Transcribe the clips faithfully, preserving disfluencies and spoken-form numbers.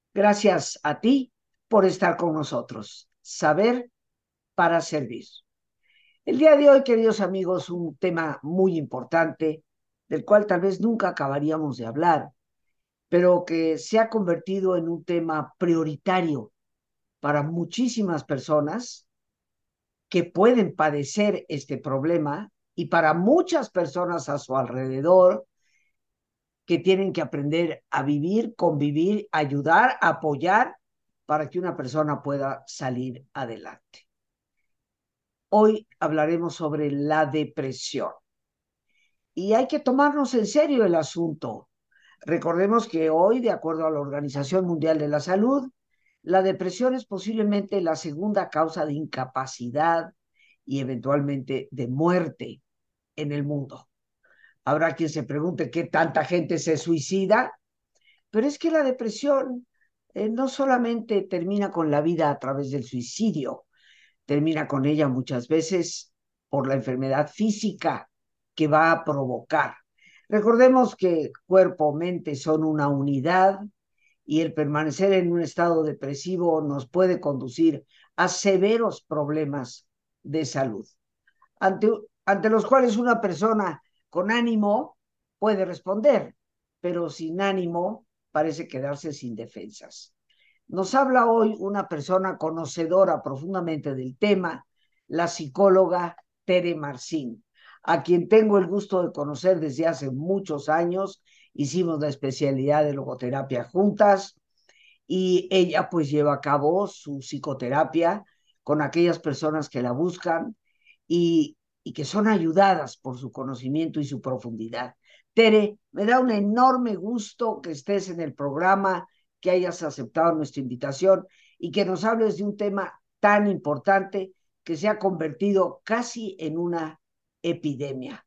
Gracias a ti por estar con nosotros. Saber para servir. El día de hoy, queridos amigos, un tema muy importante del cual tal vez nunca acabaríamos de hablar, pero que se ha convertido en un tema prioritario para muchísimas personas que pueden padecer este problema y para muchas personas a su alrededor que tienen que aprender a vivir, convivir, ayudar, apoyar para que una persona pueda salir adelante. Hoy hablaremos sobre la depresión y hay que tomarnos en serio el asunto. Recordemos que hoy, de acuerdo a la Organización Mundial de la Salud, la depresión es posiblemente la segunda causa de incapacidad y eventualmente de muerte en el mundo. Habrá quien se pregunte qué tanta gente se suicida, pero es que la depresión eh, no solamente termina con la vida a través del suicidio, termina con ella muchas veces por la enfermedad física que va a provocar. Recordemos que cuerpo, mente son una unidad y el permanecer en un estado depresivo nos puede conducir a severos problemas de salud, ante, ante los cuales una persona con ánimo puede responder, pero sin ánimo parece quedarse sin defensas. Nos habla hoy una persona conocedora profundamente del tema, la psicóloga Tere Marcín, a quien tengo el gusto de conocer desde hace muchos años. Hicimos la especialidad de logoterapia juntas y ella pues lleva a cabo su psicoterapia con aquellas personas que la buscan y, y que son ayudadas por su conocimiento y su profundidad. Tere, me da un enorme gusto que estés en el programa, que hayas aceptado nuestra invitación y que nos hables de un tema tan importante que se ha convertido casi en una epidemia.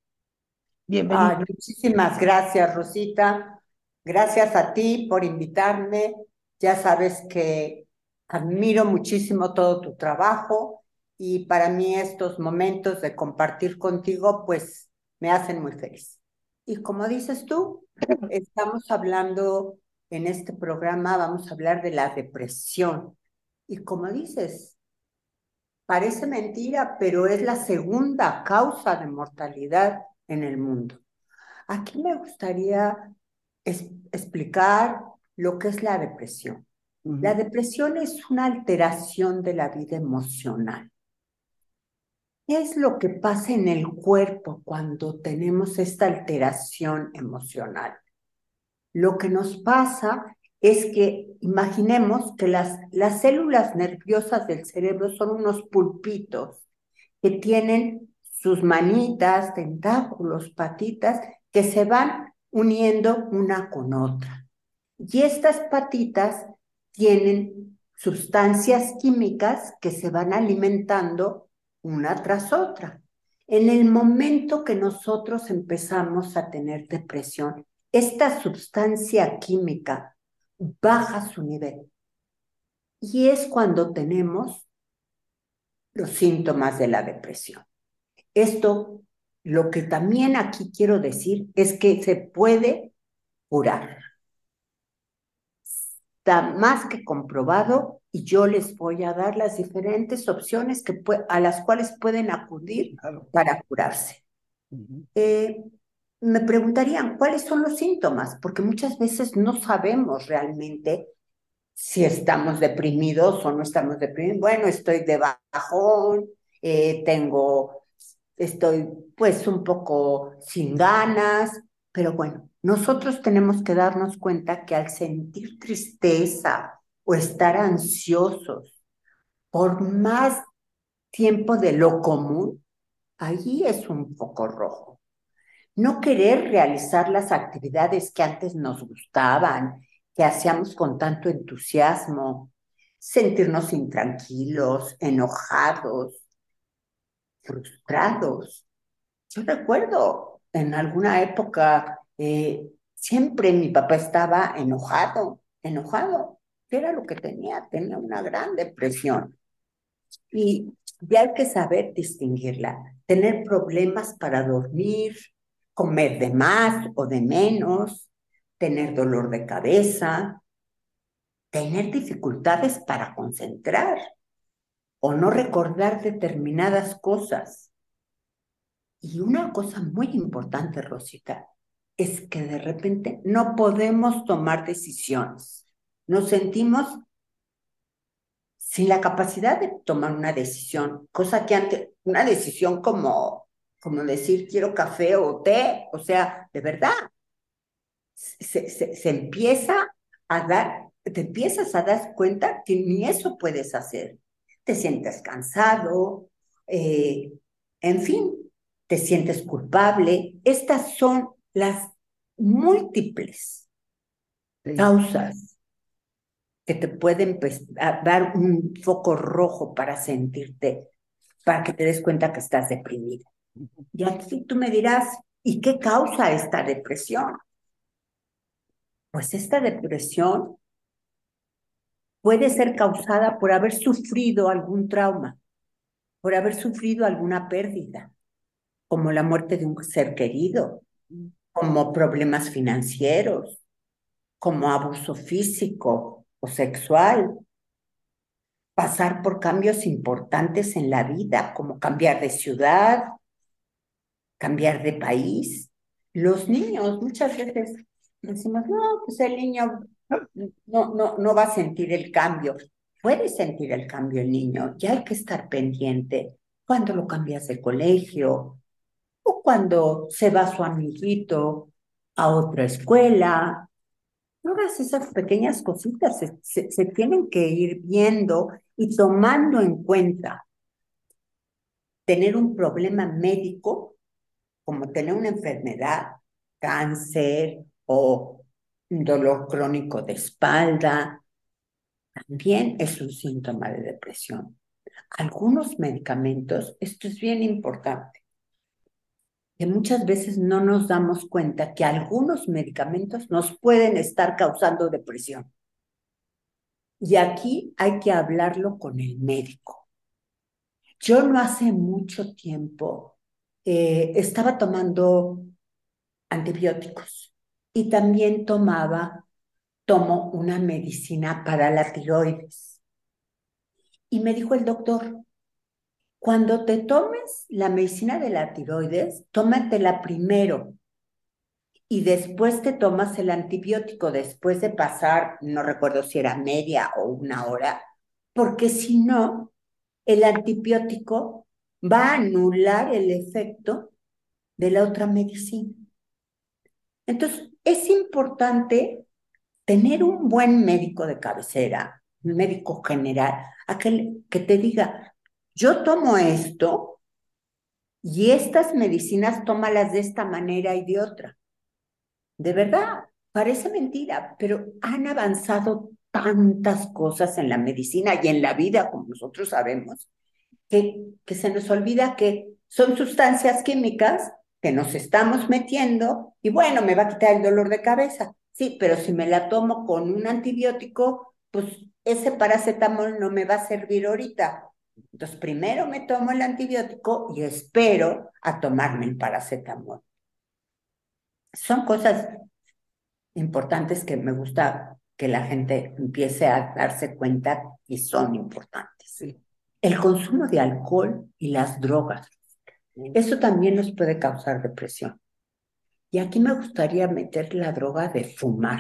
Ay, Bienvenida. muchísimas gracias, Rosita. Gracias a ti por invitarme. Ya sabes que admiro muchísimo todo tu trabajo y para mí estos momentos de compartir contigo, pues me hacen muy feliz. Y como dices tú, estamos hablando en este programa, vamos a hablar de la depresión. Y como dices, parece mentira, pero es la segunda causa de mortalidad en el mundo. Aquí me gustaría es- explicar lo que es la depresión. Uh La -huh. depresión es una alteración de la vida emocional. ¿Qué es lo que pasa en el cuerpo cuando tenemos esta alteración emocional? Lo que nos pasa es que imaginemos que las, las células nerviosas del cerebro son unos pulpitos que tienen sus manitas, tentáculos, patitas, que se van uniendo una con otra. Y estas patitas tienen sustancias químicas que se van alimentando una tras otra. En el momento que nosotros empezamos a tener depresión, esta sustancia química baja su nivel. Y es cuando tenemos los síntomas de la depresión. Esto, lo que también aquí quiero decir es que se puede curar. Está más que comprobado y yo les voy a dar las diferentes opciones que a las cuales pueden acudir Claro. para curarse. Uh -huh. Eh, me preguntarían, ¿cuáles son los síntomas? Porque muchas veces no sabemos realmente si estamos deprimidos o no estamos deprimidos. Bueno, estoy de bajón, eh, tengo, estoy pues un poco sin ganas, pero bueno, nosotros tenemos que darnos cuenta que al sentir tristeza o estar ansiosos por más tiempo de lo común, ahí es un foco rojo. No querer realizar las actividades que antes nos gustaban, que hacíamos con tanto entusiasmo, sentirnos intranquilos, enojados, frustrados. Yo recuerdo en alguna época, eh, siempre mi papá estaba enojado, enojado. ¿Qué era lo que tenía? Tenía una gran depresión. Y ya hay que saber distinguirla, tener problemas para dormir, comer de más o de menos, tener dolor de cabeza, tener dificultades para concentrar o no recordar determinadas cosas. Y una cosa muy importante, Rosita, es que de repente no podemos tomar decisiones. Nos sentimos sin la capacidad de tomar una decisión, cosa que antes, una decisión como, como decir quiero café o té, o sea, de verdad, se, se, se empieza a dar, te empiezas a dar cuenta que ni eso puedes hacer. Te sientes cansado, eh, en fin, te sientes culpable. Estas son las múltiples Sí. causas que te pueden pues, dar un foco rojo para sentirte, para que te des cuenta que estás deprimida. Y aquí tú me dirás, ¿y qué causa esta depresión? Pues esta depresión puede ser causada por haber sufrido algún trauma, por haber sufrido alguna pérdida, como la muerte de un ser querido, como problemas financieros, como abuso físico o sexual, pasar por cambios importantes en la vida, como cambiar de ciudad, cambiar de país. Los niños muchas veces decimos, no, pues el niño no, no, no va a sentir el cambio. Puede sentir el cambio el niño, ya hay que estar pendiente cuando lo cambias de colegio o cuando se va su amiguito a otra escuela. Todas esas pequeñas cositas se, se, se tienen que ir viendo y tomando en cuenta. Tener un problema médico, como tener una enfermedad, cáncer o un dolor crónico de espalda, también es un síntoma de depresión. Algunos medicamentos, esto es bien importante, que muchas veces no nos damos cuenta que algunos medicamentos nos pueden estar causando depresión. Y aquí hay que hablarlo con el médico. Yo no hace mucho tiempo eh, estaba tomando antibióticos y también tomaba, tomo una medicina para la tiroides. Y me dijo el doctor, cuando te tomes la medicina de la tiroides, tómatela primero y después te tomas el antibiótico después de pasar, no recuerdo si era media o una hora, porque si no, el antibiótico va a anular el efecto de la otra medicina. Entonces, es importante tener un buen médico de cabecera, un médico general, aquel que te diga, yo tomo esto y estas medicinas tómalas de esta manera y de otra. De verdad, parece mentira, pero han avanzado tantas cosas en la medicina y en la vida, como nosotros sabemos, que, que se nos olvida que son sustancias químicas que nos estamos metiendo y bueno, me va a quitar el dolor de cabeza. Sí, pero si me la tomo con un antibiótico, pues ese paracetamol no me va a servir ahorita. Entonces, primero me tomo el antibiótico y espero a tomarme el paracetamol. Son cosas importantes que me gusta que la gente empiece a darse cuenta y son importantes. Sí. El consumo de alcohol y las drogas, eso también nos puede causar depresión. Y aquí me gustaría meter la droga de fumar.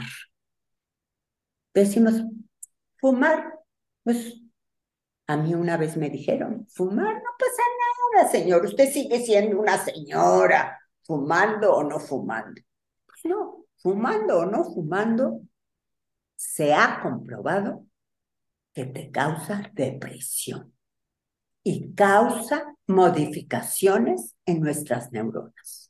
Decimos, fumar, pues a mí una vez me dijeron, fumar no pasa nada, señor, usted sigue siendo una señora, fumando o no fumando. Pues no, fumando o no fumando, se ha comprobado que te causa depresión y causa modificaciones en nuestras neuronas.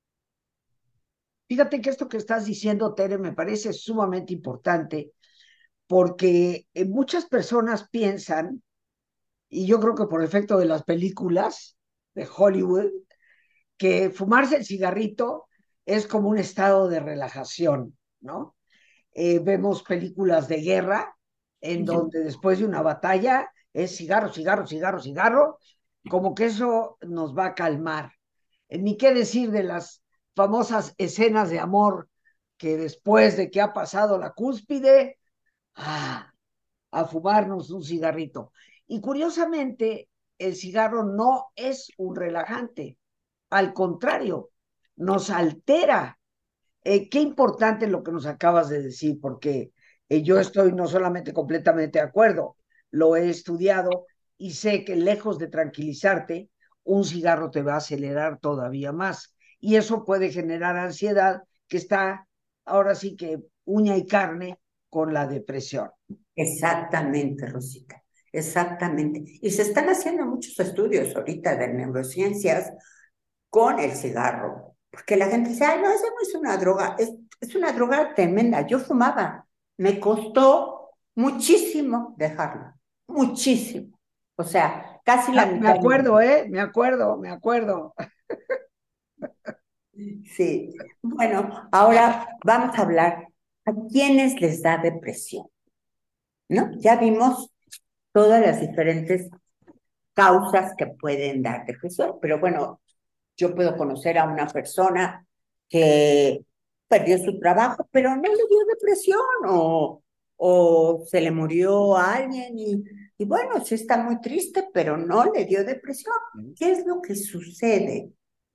Fíjate que esto que estás diciendo, Tere, me parece sumamente importante porque eh, muchas personas piensan, y yo creo que por efecto de las películas de Hollywood, que fumarse el cigarrito es como un estado de relajación, ¿no? Eh, vemos películas de guerra en donde después de una batalla es cigarro, cigarro, cigarro, cigarro, como que eso nos va a calmar. Eh, ni qué decir de las famosas escenas de amor que después de que ha pasado la cúspide, ah, a fumarnos un cigarrito. Y curiosamente, el cigarro no es un relajante, al contrario, nos altera. Eh, qué importante lo que nos acabas de decir, porque eh, yo estoy no solamente completamente de acuerdo, lo he estudiado y sé que lejos de tranquilizarte, un cigarro te va a acelerar todavía más. Y eso puede generar ansiedad que está ahora sí que uña y carne con la depresión. Exactamente, Rosita, exactamente. Y se están haciendo muchos estudios ahorita de neurociencias con el cigarro, porque la gente dice, ay, no, eso no es una droga, es, es una droga tremenda. Yo fumaba, me costó muchísimo dejarlo, muchísimo. O sea, casi la Me mitad de mi acuerdo, vida. ¿eh? Me acuerdo, me acuerdo. Sí. Bueno, ahora vamos a hablar a quiénes les da depresión, ¿no? Ya vimos todas las diferentes causas que pueden dar depresión, pero bueno, yo puedo conocer a una persona que perdió su trabajo, pero no le dio depresión o, o se le murió a alguien y, y bueno, sí está muy triste, pero no le dio depresión. ¿Qué es lo que sucede?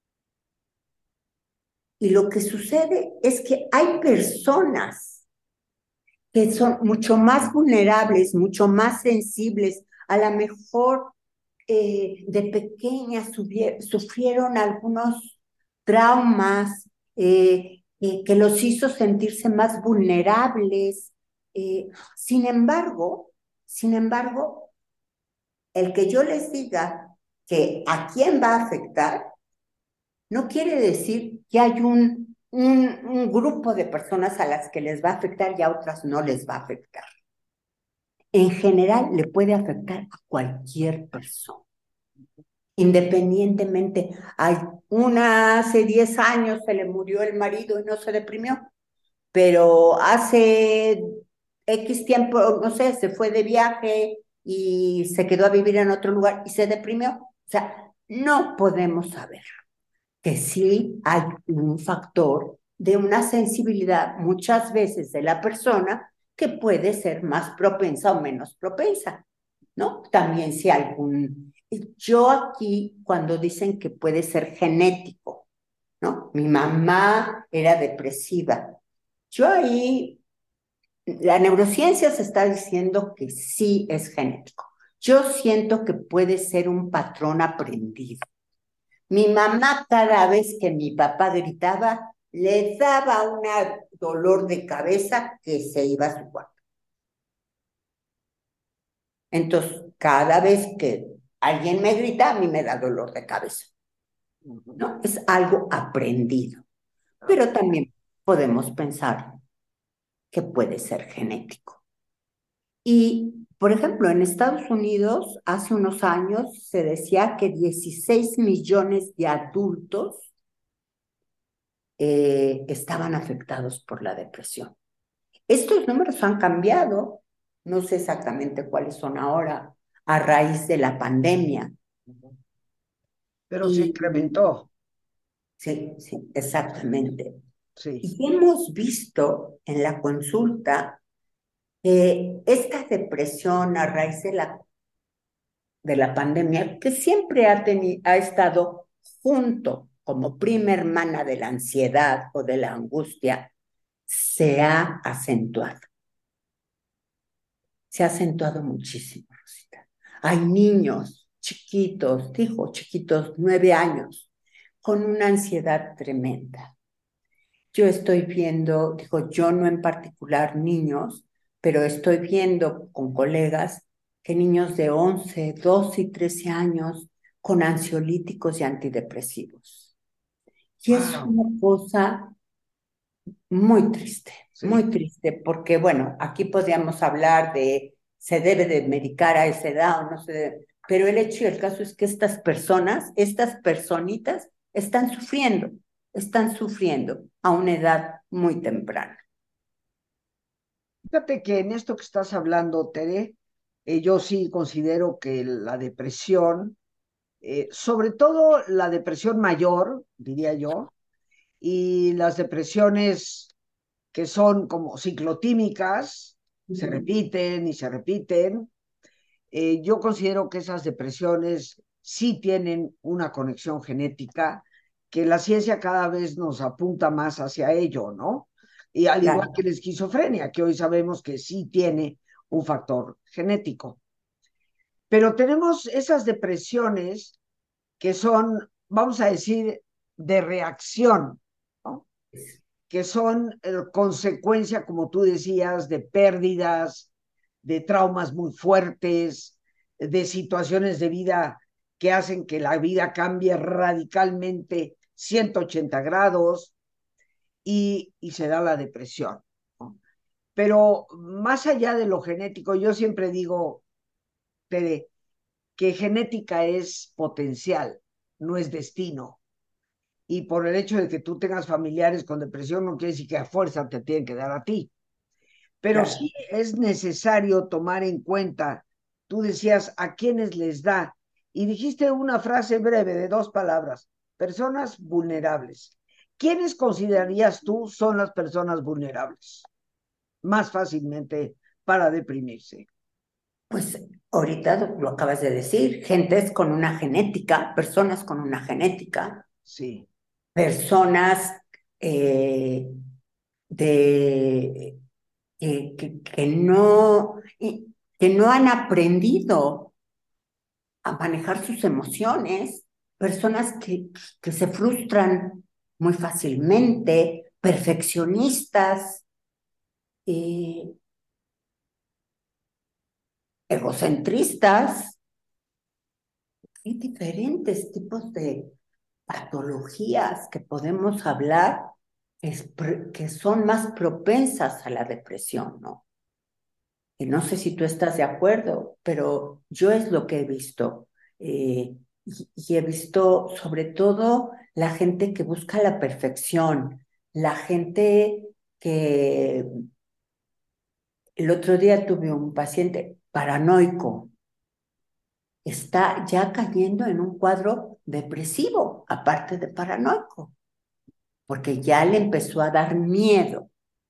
Y lo que sucede es que hay personas que son mucho más vulnerables, mucho más sensibles, a lo mejor eh, de pequeñas sufrieron algunos traumas eh, eh, que los hizo sentirse más vulnerables. Eh, sin embargo, sin embargo, el que yo les diga que a quién va a afectar, no quiere decir que hay un, un, un grupo de personas a las que les va a afectar y a otras no les va a afectar. En general, le puede afectar a cualquier persona. Independientemente, hay una hace diez años se le murió el marido y no se deprimió, pero hace X tiempo, no sé, se fue de viaje y se quedó a vivir en otro lugar y se deprimió. O sea, no podemos saber que sí hay un factor de una sensibilidad muchas veces de la persona que puede ser más propensa o menos propensa, ¿no? También si algún... Yo aquí, cuando dicen que puede ser genético, ¿no? Mi mamá era depresiva. Yo ahí, la neurociencia se está diciendo que sí es genético. Yo siento que puede ser un patrón aprendido. Mi mamá cada vez que mi papá gritaba, le daba un dolor de cabeza que se iba a su cuarto. Entonces, cada vez que alguien me grita, a mí me da dolor de cabeza, ¿no? Es algo aprendido, pero también podemos pensar que puede ser genético. Y, por ejemplo, en Estados Unidos, hace unos años se decía que dieciséis millones de adultos eh, estaban afectados por la depresión. Estos números han cambiado, no sé exactamente cuáles son ahora, a raíz de la pandemia. Pero se Y incrementó, sí, sí, exactamente. sí. Y hemos visto en la consulta que esta depresión a raíz de la, de la pandemia, que siempre ha, tenido, ha estado junto como prima hermana de la ansiedad o de la angustia, se ha acentuado. Se ha acentuado muchísimo, Rosita. Hay niños chiquitos, dijo chiquitos, nueve años, con una ansiedad tremenda. Yo estoy viendo, digo, yo no en particular niños, pero estoy viendo con colegas que niños de once, doce y trece años con ansiolíticos y antidepresivos. Y es Wow, una cosa muy triste, sí. muy triste, porque bueno, aquí podríamos hablar de se debe de medicar a esa edad o no se debe, pero el hecho y el caso es que estas personas, estas personitas, están sufriendo, están sufriendo a una edad muy temprana. Fíjate que en esto que estás hablando, Tere, eh, yo sí considero que la depresión, eh, sobre todo la depresión mayor, diría yo, y las depresiones que son como ciclotímicas, se repiten y se repiten. Eh, yo considero que esas depresiones sí tienen una conexión genética, que la ciencia cada vez nos apunta más hacia ello, ¿no? Y al igual que Claro, la esquizofrenia, que hoy sabemos que sí tiene un factor genético. Pero tenemos esas depresiones que son, vamos a decir, de reacción, ¿no? Que son eh, consecuencia, como tú decías, de pérdidas, de traumas muy fuertes, de situaciones de vida que hacen que la vida cambie radicalmente ciento ochenta grados y, y se da la depresión, ¿no? Pero más allá de lo genético, yo siempre digo, Tere, que genética es potencial, no es destino. Y por el hecho de que tú tengas familiares con depresión no quiere decir que a fuerza te tienen que dar a ti. Pero claro. sí es necesario tomar en cuenta, tú decías, a quienes les da, y dijiste una frase breve de dos palabras, personas vulnerables. ¿Quiénes considerarías tú son las personas vulnerables más fácilmente para deprimirse? Pues ahorita lo acabas de decir, gentes con una genética, personas con una genética, Sí, personas eh, de, que, que, que no, que no han aprendido a manejar sus emociones, personas que, que se frustran muy fácilmente, perfeccionistas, eh, egocentristas, y diferentes tipos de patologías que podemos hablar es, que son más propensas a la depresión, ¿no? Y no sé si tú estás de acuerdo, pero yo es lo que he visto. Eh, y, y he visto sobre todo la gente que busca la perfección, la gente que el otro día tuve un paciente paranoico, está ya cayendo en un cuadro depresivo, aparte de paranoico, porque ya le empezó a dar miedo.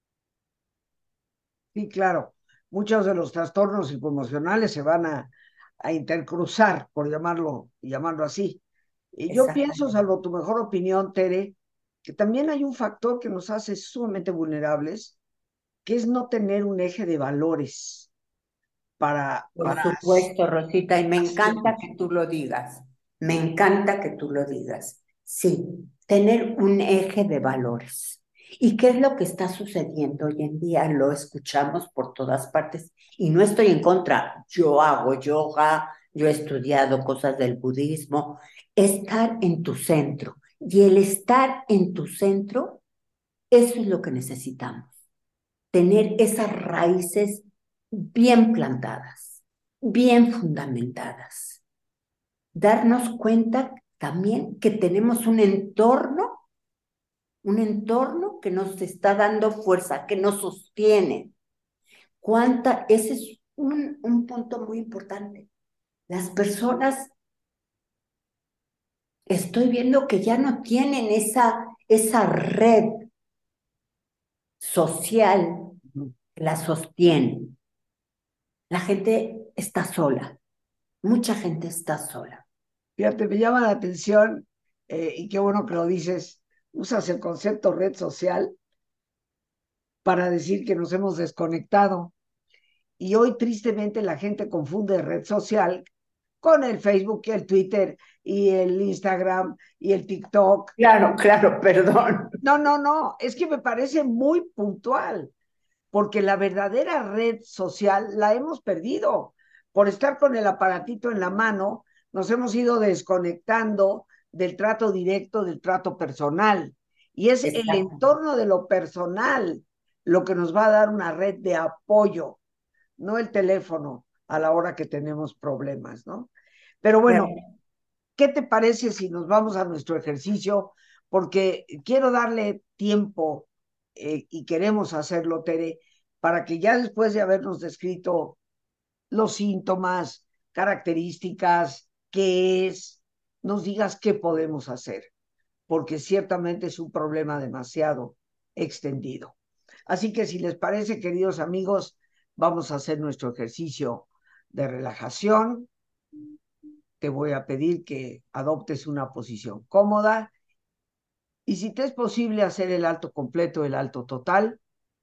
sí, claro. Muchos de los trastornos psicoemocionales se van a, a intercruzar, por llamarlo, llamarlo así. Y yo pienso, Exactamente. salvo tu mejor opinión, Tere, que también hay un factor que nos hace sumamente vulnerables, que es no tener un eje de valores para, Por para supuesto, Rosita, y me encanta hacernos, que tú lo digas. Me ¿no? encanta que tú lo digas. Sí, tener un eje de valores. ¿Y qué es lo que está sucediendo hoy en día? Lo escuchamos por todas partes y no estoy en contra. Yo hago yoga, yo he estudiado cosas del budismo. Estar en tu centro. Y el estar en tu centro, eso es lo que necesitamos. Tener esas raíces bien plantadas, bien fundamentadas. Darnos cuenta también que tenemos un entorno, un entorno que nos está dando fuerza, que nos sostiene. ¿Cuánta? Ese es un, un punto muy importante. Las personas, estoy viendo que ya no tienen esa, esa red social que la sostiene. La gente está sola, mucha gente está sola. Fíjate, me llama la atención, eh, y qué bueno que lo dices, usas el concepto red social para decir que nos hemos desconectado. Y hoy tristemente la gente confunde red social con el Facebook y el Twitter y el Instagram y el TikTok. Claro, claro, perdón. No, no, no, es que me parece muy puntual, porque la verdadera red social la hemos perdido. Por estar con el aparatito en la mano, nos hemos ido desconectando del trato directo, del trato personal. Y es el Exacto. entorno de lo personal lo que nos va a dar una red de apoyo, no el teléfono a la hora que tenemos problemas, ¿no? Pero bueno, Claro. ¿qué te parece si nos vamos a nuestro ejercicio? Porque quiero darle tiempo eh, y queremos hacerlo, Tere, para que ya después de habernos descrito los síntomas, características, qué es, nos digas qué podemos hacer, porque ciertamente es un problema demasiado extendido. Así que si les parece, queridos amigos, Vamos a hacer nuestro ejercicio de relajación. Te voy a pedir que adoptes una posición cómoda y si te es posible hacer el alto completo, el alto total,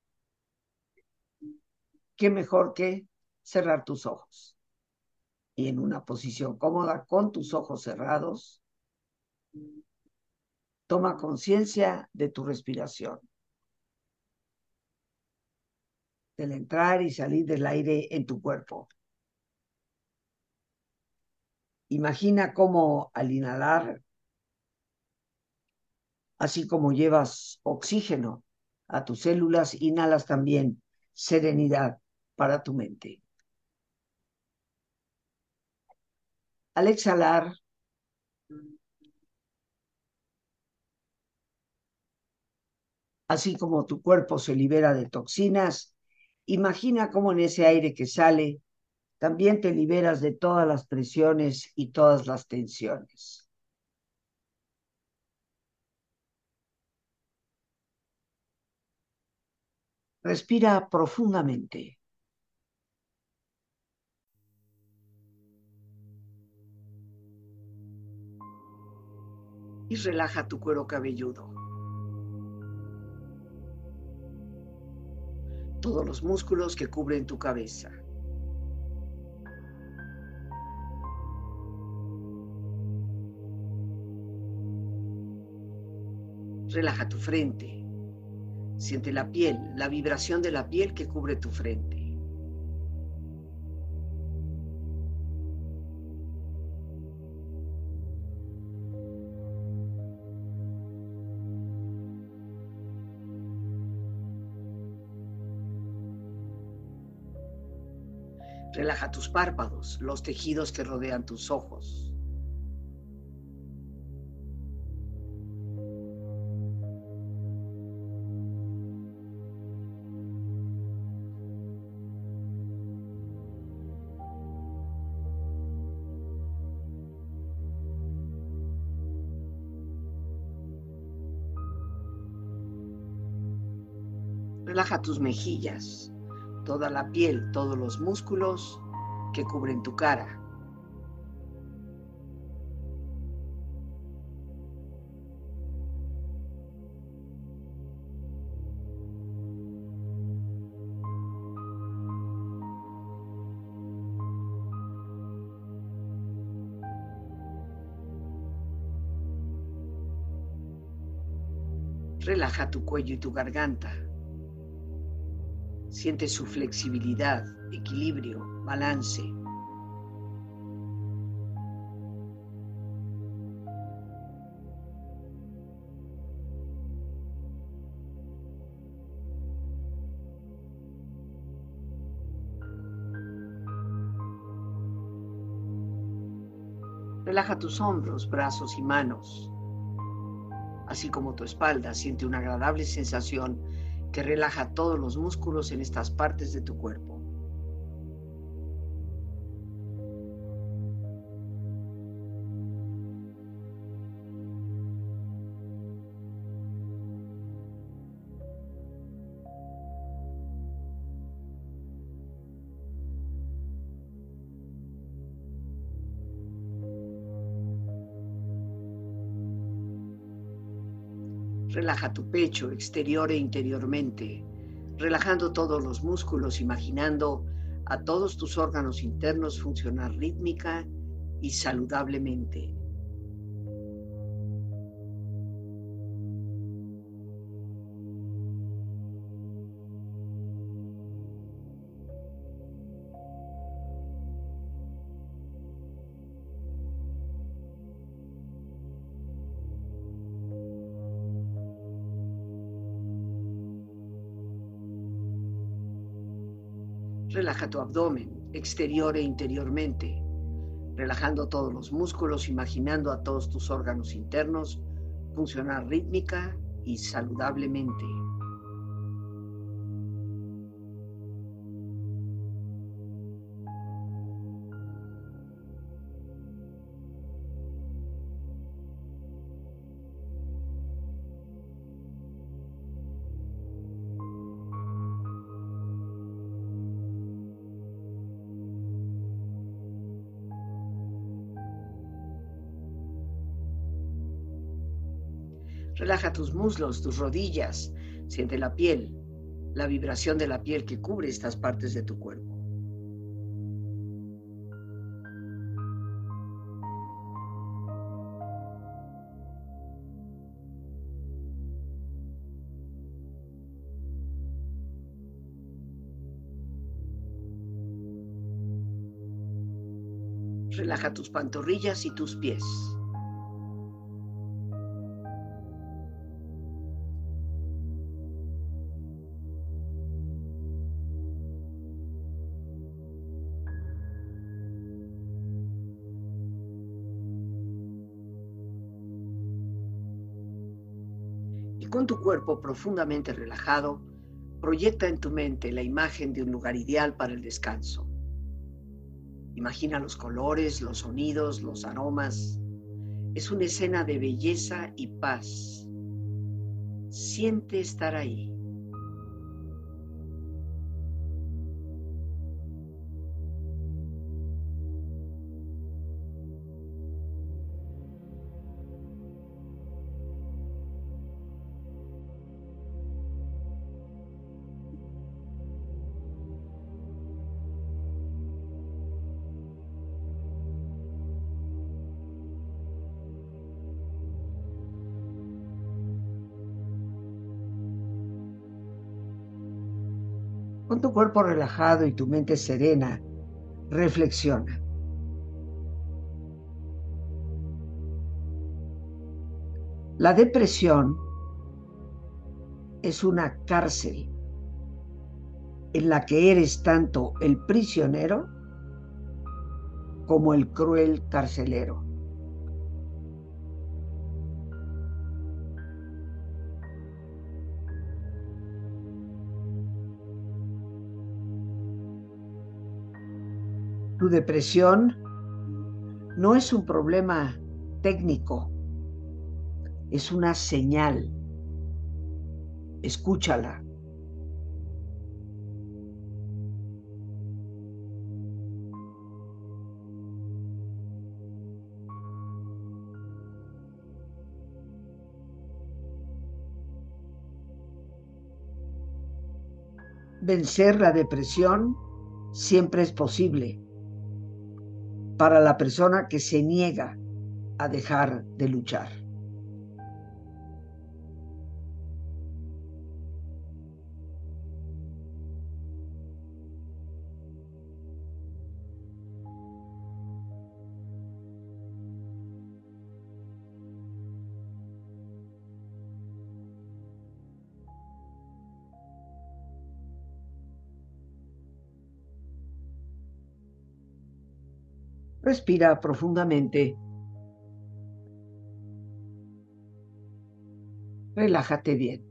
qué mejor que cerrar tus ojos. Y en una posición cómoda, con tus ojos cerrados, toma conciencia de tu respiración, del entrar y salir del aire en tu cuerpo. Imagina cómo al inhalar, así como llevas oxígeno a tus células, inhalas también serenidad para tu mente. Al exhalar, así como tu cuerpo se libera de toxinas, imagina cómo en ese aire que sale, también te liberas de todas las presiones y todas las tensiones. Respira profundamente y relaja tu cuero cabelludo. Todos los músculos que cubren tu cabeza. Relaja tu frente. Siente la piel, la vibración de la piel que cubre tu frente. Relaja tus párpados, los tejidos que rodean tus ojos. Relaja tus mejillas, toda la piel, todos los músculos que cubren tu cara. Relaja tu cuello y tu garganta. Siente su flexibilidad, equilibrio, balance. Relaja tus hombros, brazos y manos, así como tu espalda. Siente una agradable sensación que relaja todos los músculos en estas partes de tu cuerpo. Relaja tu pecho exterior e interiormente, relajando todos los músculos, imaginando a todos tus órganos internos funcionar rítmica y saludablemente. Relaja tu abdomen, exterior e interiormente, relajando todos los músculos, imaginando a todos tus órganos internos funcionar rítmica y saludablemente. Relaja tus muslos, tus rodillas, siente la piel, la vibración de la piel que cubre estas partes de tu cuerpo. Relaja tus pantorrillas y tus pies. Y con tu cuerpo profundamente relajado, proyecta en tu mente la imagen de un lugar ideal para el descanso. Imagina los colores, los sonidos, los aromas. Es una escena de belleza y paz. Siente estar ahí. Con tu cuerpo relajado y tu mente serena, reflexiona. La depresión es una cárcel en la que eres tanto el prisionero como el cruel carcelero. Tu depresión no es un problema técnico, es una señal. Escúchala. Vencer la depresión siempre es posible para la persona que se niega a dejar de luchar. Respira profundamente. Relájate bien.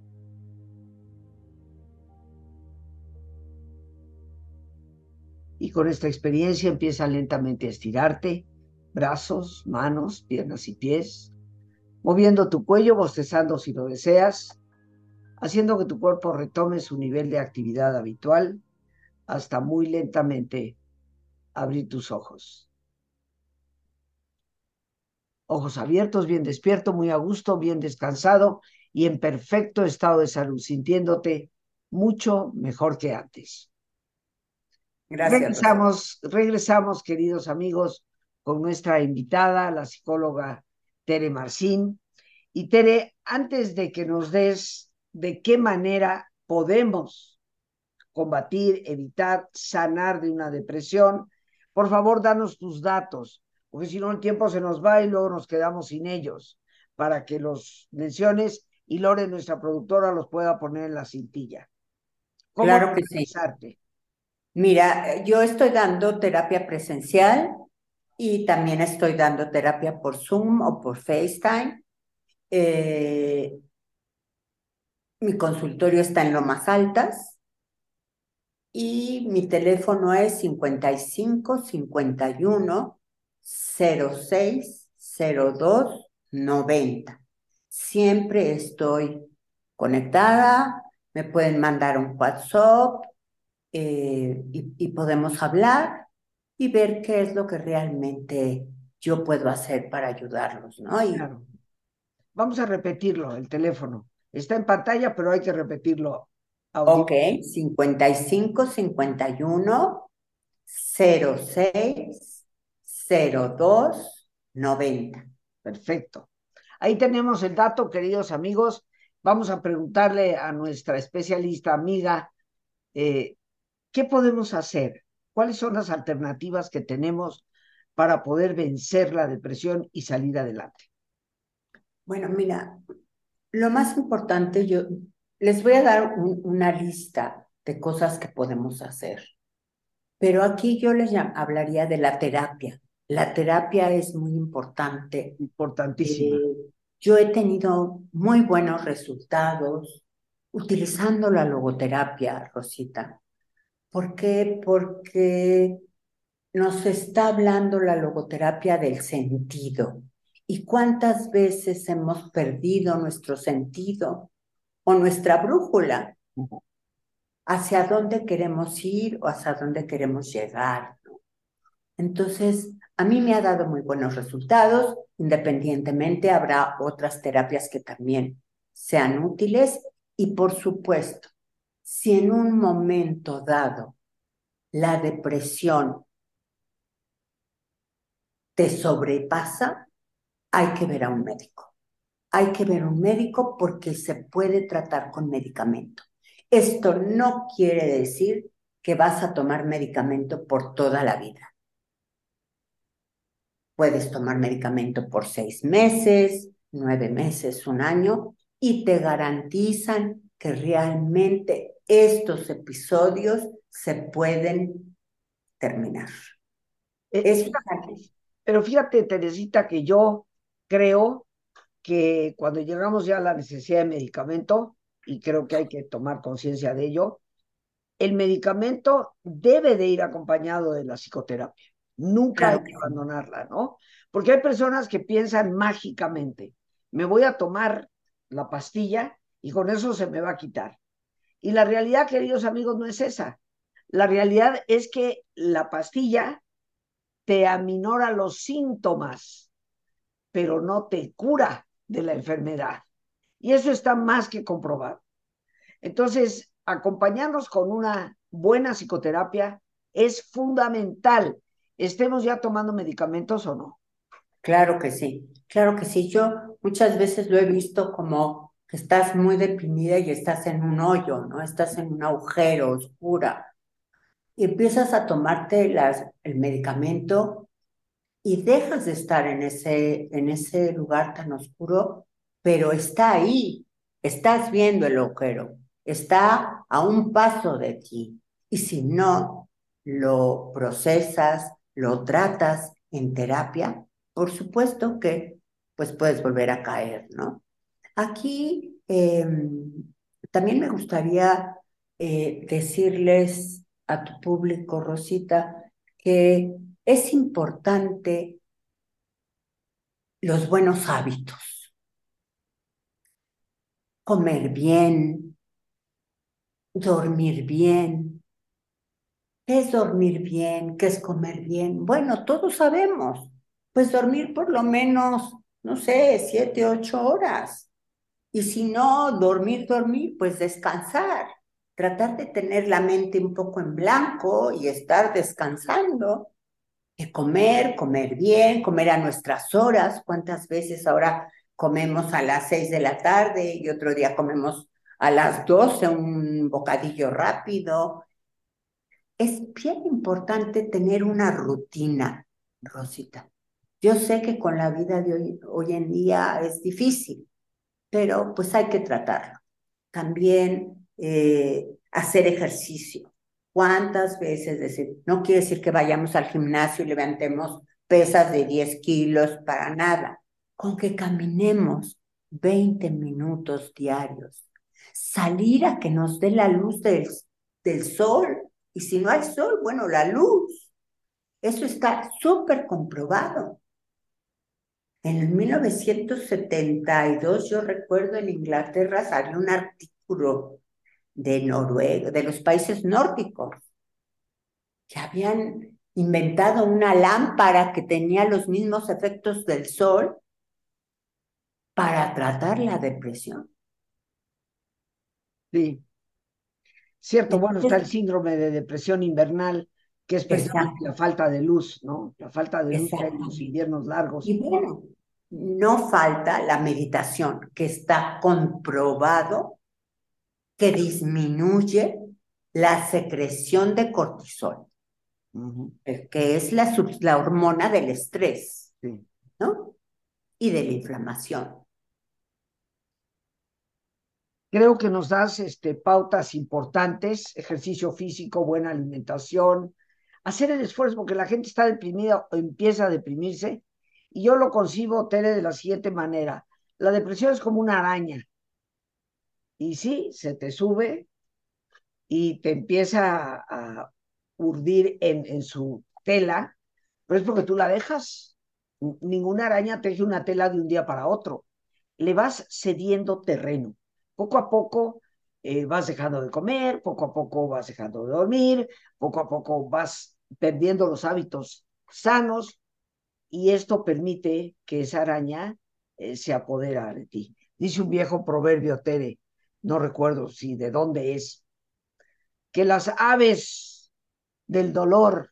Y con esta experiencia empieza lentamente a estirarte, brazos, manos, piernas y pies, moviendo tu cuello, bostezando si lo deseas, haciendo que tu cuerpo retome su nivel de actividad habitual hasta muy lentamente abrir tus ojos. Ojos abiertos, bien despierto, muy a gusto, bien descansado y en perfecto estado de salud, sintiéndote mucho mejor que antes. Gracias, Rocío. Regresamos, regresamos, queridos amigos, con nuestra invitada, la psicóloga Tere Marcín. Y Tere, antes de que nos des de qué manera podemos combatir, evitar, sanar de una depresión, por favor, danos tus datos, porque si no el tiempo se nos va y luego nos quedamos sin ellos, para que los menciones y Lore, nuestra productora, los pueda poner en la cintilla. ¿Cómo Claro que sí. localizarte? Mira, yo estoy dando terapia presencial y también estoy dando terapia por Zoom o por FaceTime. Eh, mi consultorio está en Lomas Altas y mi teléfono es cincuenta y cinco, cincuenta y uno, cero seis, cero dos, noventa. Siempre estoy conectada, me pueden mandar un WhatsApp eh, y, y podemos hablar y ver qué es lo que realmente yo puedo hacer para ayudarlos, ¿no? Y Claro. vamos a repetirlo, el teléfono. Está en pantalla, pero hay que repetirlo. Audio. Ok, cincuenta y cinco, cincuenta y uno, cero seis, cero dos, noventa. Perfecto. Ahí tenemos el dato, queridos amigos. Vamos a preguntarle a nuestra especialista amiga, eh, ¿qué podemos hacer? ¿Cuáles son las alternativas que tenemos para poder vencer la depresión y salir adelante? Bueno, mira, lo más importante, yo les voy a dar un- una lista de cosas que podemos hacer, pero aquí yo les llam- hablaría de la terapia. La terapia es muy importante. Importantísima. Eh, yo he tenido muy buenos resultados utilizando la logoterapia, Rosita. ¿Por qué? Porque nos está hablando la logoterapia del sentido. ¿Y cuántas veces hemos perdido nuestro sentido o nuestra brújula hacia dónde queremos ir o hacia dónde queremos llegar? Entonces, a mí me ha dado muy buenos resultados. Independientemente, habrá otras terapias que también sean útiles. Y por supuesto, si en un momento dado la depresión te sobrepasa, hay que ver a un médico. Hay que ver a un médico porque se puede tratar con medicamento. Esto no quiere decir que vas a tomar medicamento por toda la vida. Puedes tomar medicamento por seis meses, nueve meses, un año, y te garantizan que realmente estos episodios se pueden terminar. Eh, Eso es fíjate, algo. pero fíjate, Teresita, que yo creo que cuando llegamos ya a la necesidad de medicamento, y creo que hay que tomar conciencia de ello, el medicamento debe de ir acompañado de la psicoterapia. Nunca hay Claro que que sí. abandonarla, ¿no? Porque hay personas que piensan mágicamente, me voy a tomar la pastilla y con eso se me va a quitar. Y la realidad, queridos amigos, no es esa. La realidad es que la pastilla te aminora los síntomas, pero no te cura de la enfermedad. Y eso está más que comprobado. Entonces, acompañarnos con una buena psicoterapia es fundamental, estemos ya tomando medicamentos o no. Claro que sí, claro que sí. Yo muchas veces lo he visto como que estás muy deprimida y estás en un hoyo, ¿no? Estás en un agujero oscura y empiezas a tomarte las, el medicamento y dejas de estar en ese, en ese lugar tan oscuro, pero está ahí, estás viendo el agujero, está a un paso de ti. Y si no lo procesas, lo tratas en terapia, por supuesto que pues puedes volver a caer, ¿no? Aquí eh, también me gustaría eh, decirles a tu público, Rosita, que es importante los buenos hábitos, comer bien, dormir bien. ¿Qué es dormir bien? ¿Qué es comer bien? Bueno, todos sabemos, pues dormir por lo menos, no sé, siete, ocho horas. Y si no, dormir, dormir, pues descansar. Tratar de tener la mente un poco en blanco y estar descansando. Que comer, comer bien, comer a nuestras horas. ¿Cuántas veces ahora comemos a las seis de la tarde y otro día comemos a las doce un bocadillo rápido? Es bien importante tener una rutina, Rosita. Yo sé que con la vida de hoy, hoy en día es difícil, pero pues hay que tratarlo. También eh, hacer ejercicio. ¿Cuántas veces decir? No quiere decir que vayamos al gimnasio y levantemos pesas de diez kilos para nada. Con que caminemos veinte minutos diarios. Salir a que nos dé la luz del, del sol. Y si no hay sol, bueno, la luz. Eso está súper comprobado. En el mil novecientos setenta y dos, yo recuerdo en Inglaterra salió un artículo de Noruega, de los países nórdicos, que habían inventado una lámpara que tenía los mismos efectos del sol para tratar la depresión. Sí, cierto, bueno, está el Entonces, síndrome de depresión invernal, que es precisamente la exacto, falta de luz, ¿no? La falta de luz en los exactamente. inviernos largos. Y bueno, no falta la meditación, que está comprobado que disminuye la secreción de cortisol, Ujú, que es la, sub- la hormona del estrés, sí. ¿no? Y de la inflamación. Creo que nos das este, pautas importantes, ejercicio físico, buena alimentación, hacer el esfuerzo, porque la gente está deprimida o empieza a deprimirse, y yo lo concibo, Tere, de la siguiente manera. La depresión es como una araña, y sí, se te sube y te empieza a, a urdir en, en su tela, pero es porque tú la dejas. Ninguna araña teje una tela de un día para otro. Le vas cediendo terreno. Poco a poco eh, vas dejando de comer, poco a poco vas dejando de dormir, poco a poco vas perdiendo los hábitos sanos, y esto permite que esa araña eh, se apodera de ti. Dice un viejo proverbio, Tere, no recuerdo si de dónde es, que las aves del dolor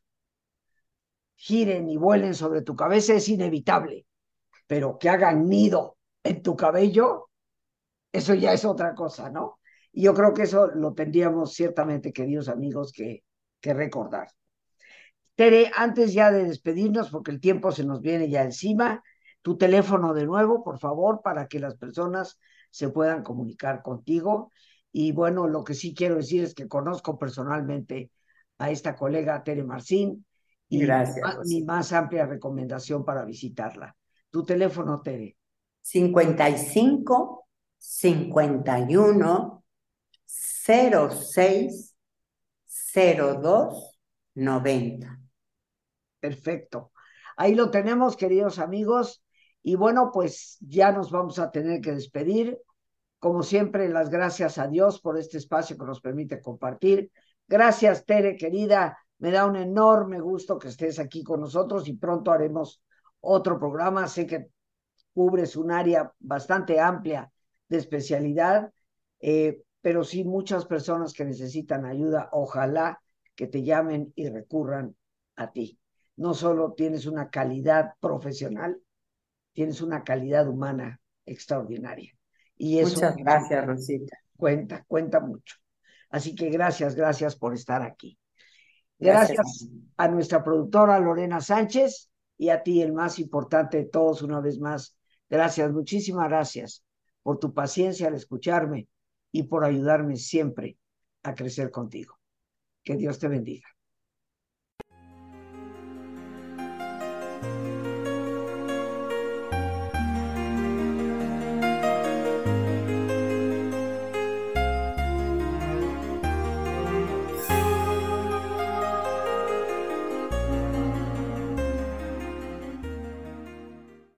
giren y vuelen sobre tu cabeza es inevitable, pero que hagan nido en tu cabello, eso ya es otra cosa, ¿no? Y yo creo que eso lo tendríamos ciertamente, queridos amigos, que, que recordar. Tere, antes ya de despedirnos, porque el tiempo se nos viene ya encima, tu teléfono de nuevo, por favor, para que las personas se puedan comunicar contigo. Y bueno, lo que sí quiero decir es que conozco personalmente a esta colega Tere Marcín, y Gracias, mi Rosita. más amplia recomendación para visitarla. Tu teléfono, Tere. cincuenta y cinco, cincuenta y uno, cero seis, cero dos, noventa. Perfecto. Ahí lo tenemos, queridos amigos. Y bueno, pues ya nos vamos a tener que despedir. Como siempre, las gracias a Dios por este espacio que nos permite compartir. Gracias, Tere, querida. Me da un enorme gusto que estés aquí con nosotros, y pronto haremos otro programa. Sé que cubres un área bastante amplia de especialidad, eh, pero sí muchas personas que necesitan ayuda. Ojalá que te llamen y recurran a ti. No solo tienes una calidad profesional, tienes una calidad humana extraordinaria. Y eso Muchas gracias, Rosita. cuenta, cuenta mucho. Así que gracias, gracias por estar aquí. Gracias. Gracias a nuestra productora Lorena Sánchez, y a ti, el más importante de todos, una vez más. Gracias, muchísimas gracias por tu paciencia al escucharme y por ayudarme siempre a crecer contigo. Que Dios te bendiga.